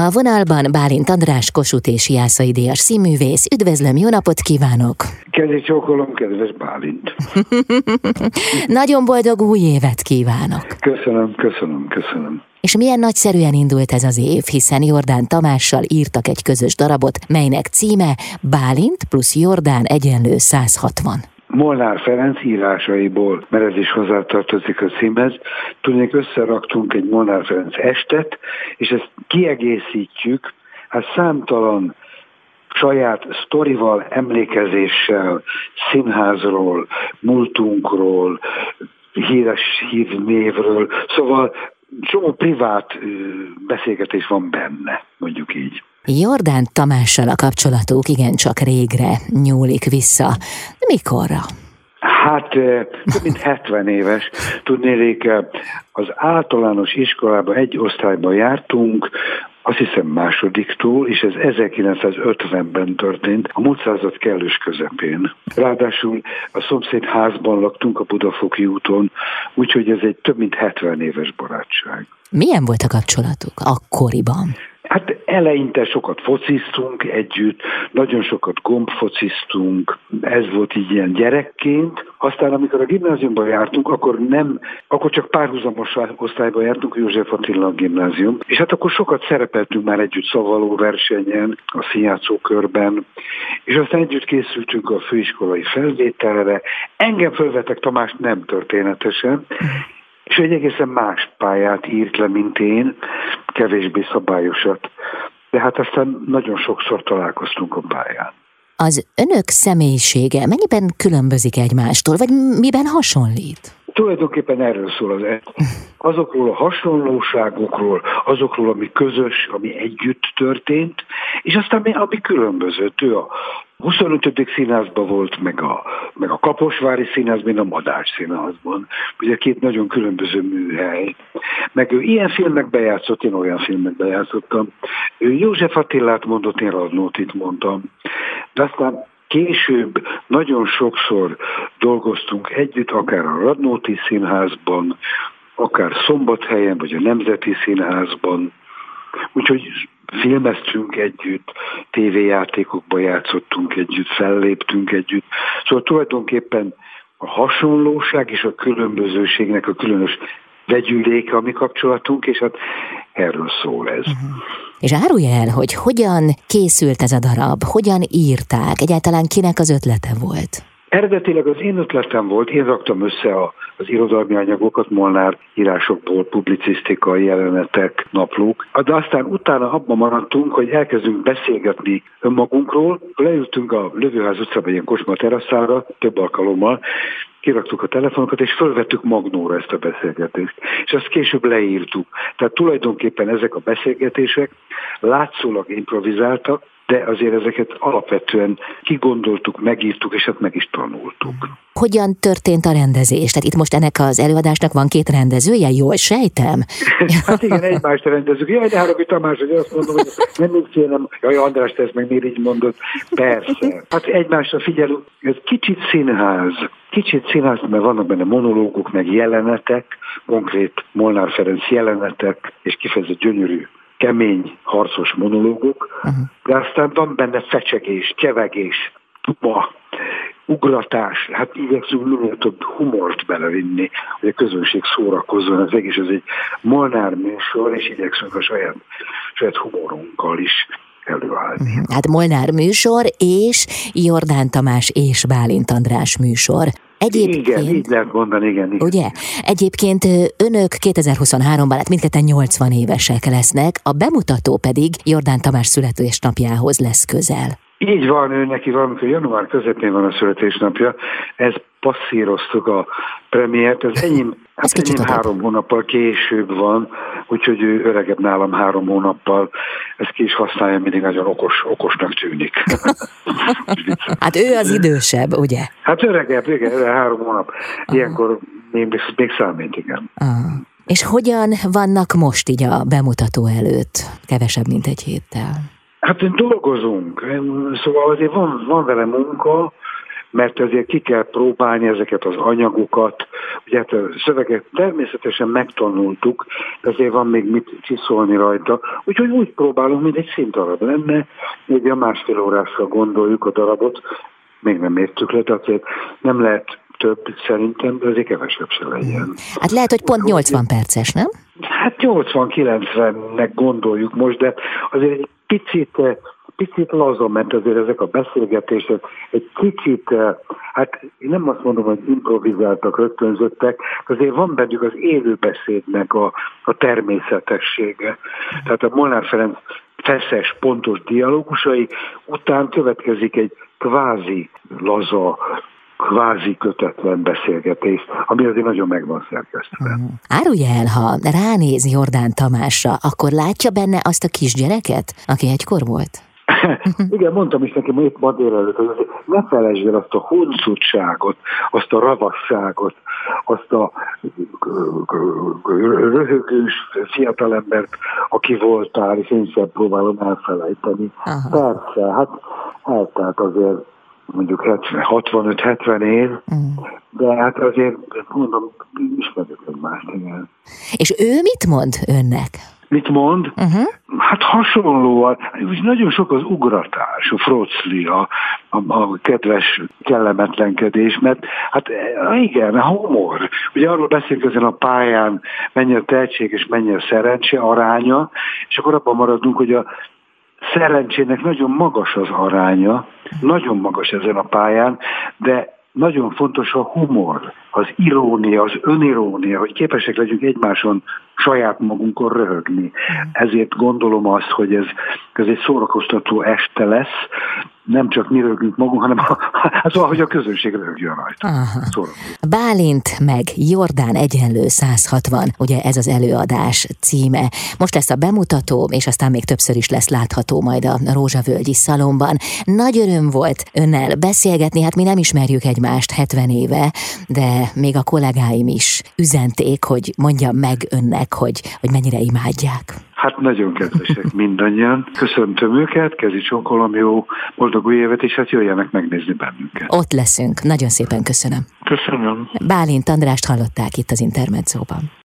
A vonalban Bálint András, Kossuth és Jászai díjas színművész. Üdvözlöm, jó napot kívánok! Kezi csókolom, kedves Bálint! Nagyon boldog új évet kívánok! Köszönöm. És milyen nagyszerűen indult ez az év, hiszen Jordán Tamással írtak egy közös darabot, melynek címe Bálint plusz Jordán egyenlő 160. Molnár Ferenc írásaiból, mert ez is hozzátartozik a címhez. Tudnék, összeraktunk egy Molnár Ferenc estet, és ezt kiegészítjük, hát számtalan saját sztorival, emlékezéssel, színházról, múltunkról, híres hívnévről, szóval csomó privát beszélgetés van benne, mondjuk így. Jordán Tamással a kapcsolatuk igencsak régre nyúlik vissza. Mikorra? Hát több mint 70 éves. Tudnélik, az általános iskolában egy osztályban jártunk, azt hiszem másodiktól, és ez 1950-ben történt, a múlt század kellős közepén. Ráadásul a szomszéd házban laktunk a Budafoki úton, úgyhogy ez egy több mint 70 éves barátság. Milyen volt a kapcsolatuk akkoriban? Hát eleinte sokat fociztunk együtt, nagyon sokat gombfociztunk, ez volt így ilyen gyerekként. Aztán amikor a gimnáziumban jártunk, akkor csak párhuzamos osztályban jártunk, a József Attila gimnázium, és hát akkor sokat szerepeltünk már együtt szavaló versenyen, a színjátszókörben, és aztán együtt készültünk a főiskolai felvételre. Engem fölvettek, Tamás nem történetesen, és egy egészen más pályát írt le, mint én, kevésbé szabályosat. De hát aztán nagyon sokszor találkoztunk a pályán. Az önök személyisége mennyiben különbözik egymástól, vagy miben hasonlít? Tulajdonképpen erről szól az azokról a hasonlóságokról, azokról, ami közös, ami együtt történt, és aztán ami különböző. Ő a 25. színházban volt, meg a Kaposvári színházban, a Madách színházban. Ugye két nagyon különböző műhely. Meg ő ilyen filmekben játszott, én olyan filmekben játszottam. Ő József Attilát mondott, én Radnótit mondtam. De aztán később nagyon sokszor dolgoztunk együtt, akár a Radnóti Színházban, akár Szombathelyen, vagy a Nemzeti Színházban. Úgyhogy filmeztünk együtt, tévéjátékokban játszottunk együtt, felléptünk együtt. Szóval tulajdonképpen a hasonlóság és a különbözőségnek a különös vegyüléke a mi kapcsolatunk, és hát erről szól ez. És árulja el, hogy hogyan készült ez a darab, hogyan írták, egyáltalán kinek az ötlete volt? Eredetileg az én ötletem volt, én raktam össze az irodalmi anyagokat, Molnár írásokból, publicisztikai jelenetek, naplók, de aztán utána abban maradtunk, hogy elkezdünk beszélgetni önmagunkról. Leültünk a Lövőház utcában ilyen kocsma teraszára több alkalommal, kiraktuk a telefonokat, és fölvettük magnóra ezt a beszélgetést. És azt később leírtuk. Tehát tulajdonképpen ezek a beszélgetések látszólag improvizáltak, de azért ezeket alapvetően kigondoltuk, megírtuk, és hát meg is tanultuk. Hogyan történt a rendezés? Tehát itt most ennek az előadásnak van két rendezője? Jól sejtem? Hát igen, egymást rendezünk. Jaj, de haragudj, Tamás, hogy azt mondom, hogy nem úgy célom. Jaj, András, te ezt meg miért így mondod? Persze. Hát egymásra figyelünk. Ez kicsit színház, mert vannak benne monológok, meg jelenetek, konkrét Molnár Ferenc jelenetek, és kifejezett gyönyörű, kemény, harcos monológok, de aztán van benne fecsegés, csevegés, tuba, ugratás, hát igyekszünk minél több humort belevinni, hogy a közönség szórakozzon. Az egész ez egy Molnár műsor, és igyekszünk a saját humorunkkal is előállni. Hát Molnár műsor, és Jordán Tamás és Bálint András műsor. Igen, így lehet mondani, igen. Ugye? Egyébként önök 2023-ban, hát mindketten 80 évesek lesznek, a bemutató pedig Jordán Tamás születésnapjához lesz közel. Így van, ő neki valamikor január közepén van a születésnapja, ezt passzíroztuk a premiért, ez enyém 3 hónappal később van, úgyhogy ő öregebb nálam 3 hónappal, ezt ki is használja, mindig nagyon okosnak tűnik. Hát ő az idősebb, ugye? Hát öregebb, igen, 3 hónap. Ilyenkor még számít, igen. És hogyan vannak most így a bemutató előtt, kevesebb, mint egy héttel? Hát dolgozunk, szóval azért van vele munka, mert azért ki kell próbálni ezeket az anyagokat. Ugye hát a szöveget természetesen megtanultuk, de azért van még mit csiszolni rajta. Úgyhogy úgy próbálunk, mint egy színdarab lenne. Ugye a 1,5 órásra gondoljuk a darabot, még nem értük le, tehát nem lehet több szerintem, de azért kevesebb se legyen. Hát lehet, hogy pont 80 perces, nem? Hát 80-90-nek gondoljuk most, de azért egy picit laza, mert azért ezek a beszélgetések egy kicsit, hát én nem azt mondom, hogy improvizáltak, rögtönzöttek, azért van bennük az élőbeszédnek a természetessége. Tehát a Molnár Ferenc feszes, pontos dialógusai után következik egy kvázi laza, kvázi kötetlen beszélgetés, ami azért nagyon meg van szerkesztve. Árulj el, ha ránéz Jordán Tamásra, akkor látja benne azt a kisgyereket, aki egykor volt? Igen, mondtam is nekem épp ma délelőtt, hogy ne felejtsd el azt a huncutságot, azt a ravasságot, azt a röhögős fiatalembert, aki voltál, és én sem próbálom elfelejteni. Aha. Persze, hát eltelt azért mondjuk 65-70 év, de hát azért mondom, ismerjük egymást, igen. És ő mit mond önnek? Mit mond? Hát hasonlóan, nagyon sok az ugratás, a frocli, a kedves kellemetlenkedés, mert hát igen, a humor. Ugye arról beszélünk ezen a pályán, mennyi a tehetség és mennyi a szerencse aránya, és akkor abban maradunk, hogy a szerencsének nagyon magas az aránya, nagyon magas ezen a pályán, de nagyon fontos a humor, az irónia, az önirónia, hogy képesek legyünk egymáson saját magunkon röhögni. Ezért gondolom azt, hogy ez egy szórakoztató este lesz, nem csak mi röhögünk magunk, hanem hogy a közönség röhögjön rajta. Bálint meg Jordán egyenlő 160, ugye ez az előadás címe. Most lesz a bemutató, és aztán még többször is lesz látható majd a Rózsavölgyi Szalonban. Nagy öröm volt önnel beszélgetni, hát mi nem ismerjük egymást 70 éve, de még a kollégáim is üzenték, hogy mondjam meg önnek, hogy mennyire imádják. Hát nagyon kedvesek mindannyian. Köszöntöm őket, kezi csókolom, jó boldog új évet, és hát jöjjenek megnézni bennünket. Ott leszünk. Nagyon szépen köszönöm. Köszönöm. Bálint Andrást hallották itt az Intermedzóban.